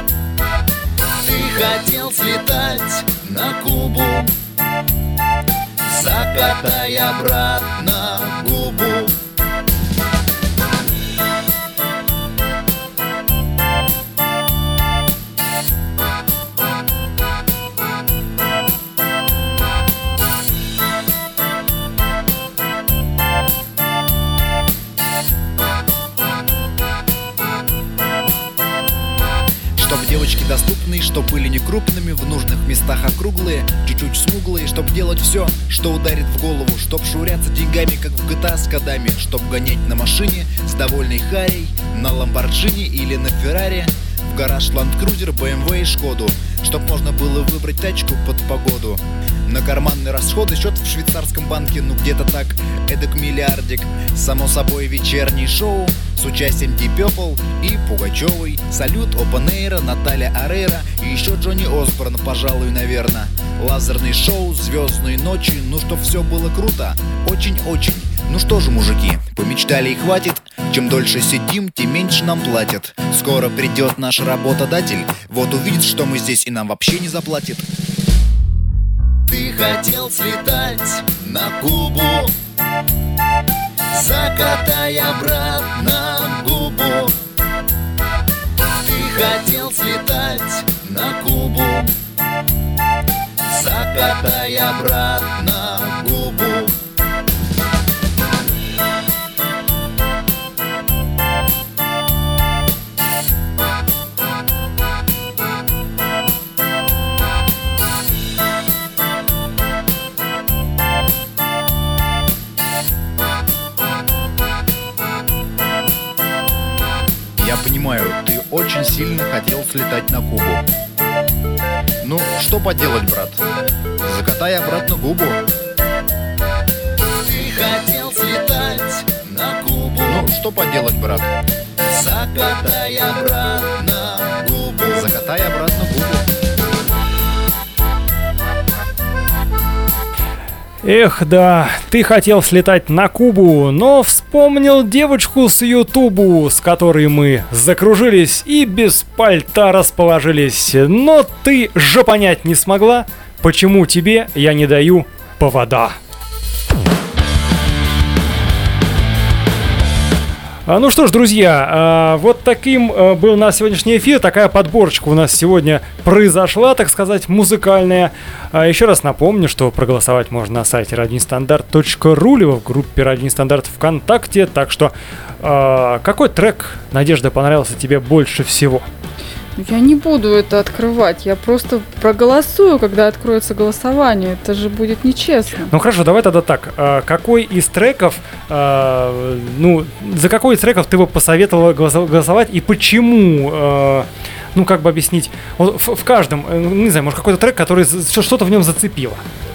Ты хотел слетать на Кубу, закатай обратно губу. Чтоб девочки доступные, чтоб были не крупными, в нужных местах округлые, чуть-чуть смуглые, чтоб делать все, что ударит в голову, чтоб швыряться деньгами, как в джи ти эй с кодами, чтоб гонять на машине с довольной Харей, на Ламборджини или на Феррари, в гараж Ланд-Крузер, бэ эм вэ и Шкоду, чтоб можно было выбрать тачку под погоду. На карманные расходы счет в швейцарском банке, ну где-то так, эдак миллиардик. Само собой вечернее шоу с участием Deep Purple и Пугачевой, салют Open Air, Наталья Орейро и еще Джонни Осборн, пожалуй, наверное. Лазерный шоу, звездные ночи, ну что все было круто, очень-очень. Ну что же, мужики, помечтали и хватит. Чем дольше сидим, тем меньше нам платят. Скоро придет наш работодатель, вот увидит, что мы здесь, и нам вообще не заплатит. Ты хотел слетать на Кубу, закатай обратно губу. Ты хотел слетать на Кубу, закатай обратно губу. Я понимаю, ты очень сильно хотел слетать на Кубу. Ну, что поделать, брат? Закатай обратно губу. Ты хотел слетать на Кубу. Ну, что поделать, брат? Закатай обратно губу. Закатай обратно губу. Эх, да, ты хотел слетать на Кубу, но вспомнил девочку с Ютубу, с которой мы закружились и без пальта расположились. Но ты же понять не смогла, почему тебе я не даю повода. А, Ну что ж, друзья, а, вот таким а, был наш сегодняшний эфир. Такая подборочка у нас сегодня произошла, так сказать, музыкальная. А, Еще раз напомню, что проголосовать можно на сайте радио нестандарт точка ру либо в группе Радио Нестандарт ВКонтакте. Так что а, какой трек, Надежда, понравился тебе больше всего? Я не буду это открывать, я просто проголосую, когда откроется голосование. Это же будет нечестно. Ну хорошо, давай тогда так. А, Какой из треков, а, ну, за какой из треков ты бы посоветовала голосо- голосовать и почему? А, Ну, как бы объяснить? Вот в, в каждом, э, ну, не знаю, может, какой-то трек, который за- что-то в нем зацепило.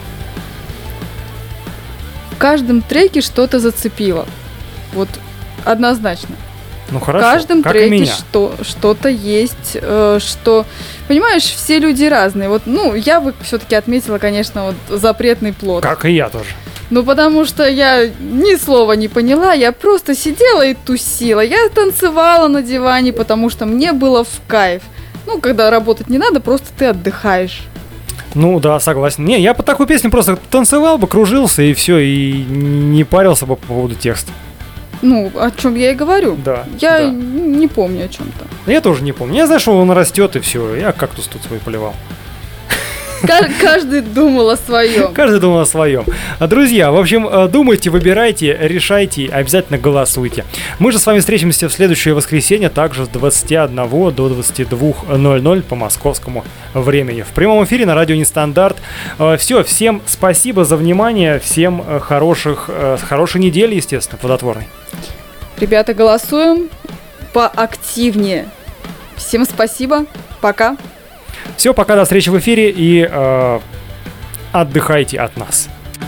В каждом треке что-то зацепило. Вот однозначно. Ну хорошо, В каждом как и треке меня. что, что-то есть, э, что... Понимаешь, все люди разные. Вот, ну, я бы все-таки отметила, конечно, вот запретный плод. Как и я тоже. Ну, потому что я ни слова не поняла, я просто сидела и тусила. Я танцевала на диване, потому что мне было в кайф. Ну, когда работать не надо, просто ты отдыхаешь. Ну да, согласен. Не, я по такой песне просто танцевал бы, кружился и все, и не парился бы по поводу текста. Ну, о чем я и говорю. Да. Я да. не помню о чем-то. Я тоже не помню. Я знаю, что он растет и все. Я кактус тут свой поливал. Каждый думал о своем. Каждый думал о своем. Друзья, в общем, думайте, выбирайте, решайте, обязательно голосуйте. Мы же с вами встретимся в следующее воскресенье, также с двадцати одного до двадцати двух ноль ноль по московскому времени. В прямом эфире на радио Нестандарт. Все, всем спасибо за внимание, всем хороших, хорошей недели, естественно, плодотворной. Ребята, голосуем поактивнее. Всем спасибо, пока. Все, пока, до встречи в эфире и э, отдыхайте от нас.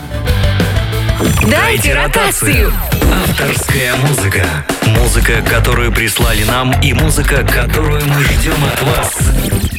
Дайте ротацию. Авторская музыка. Музыка, которую прислали нам, и музыка, которую мы ждем от вас.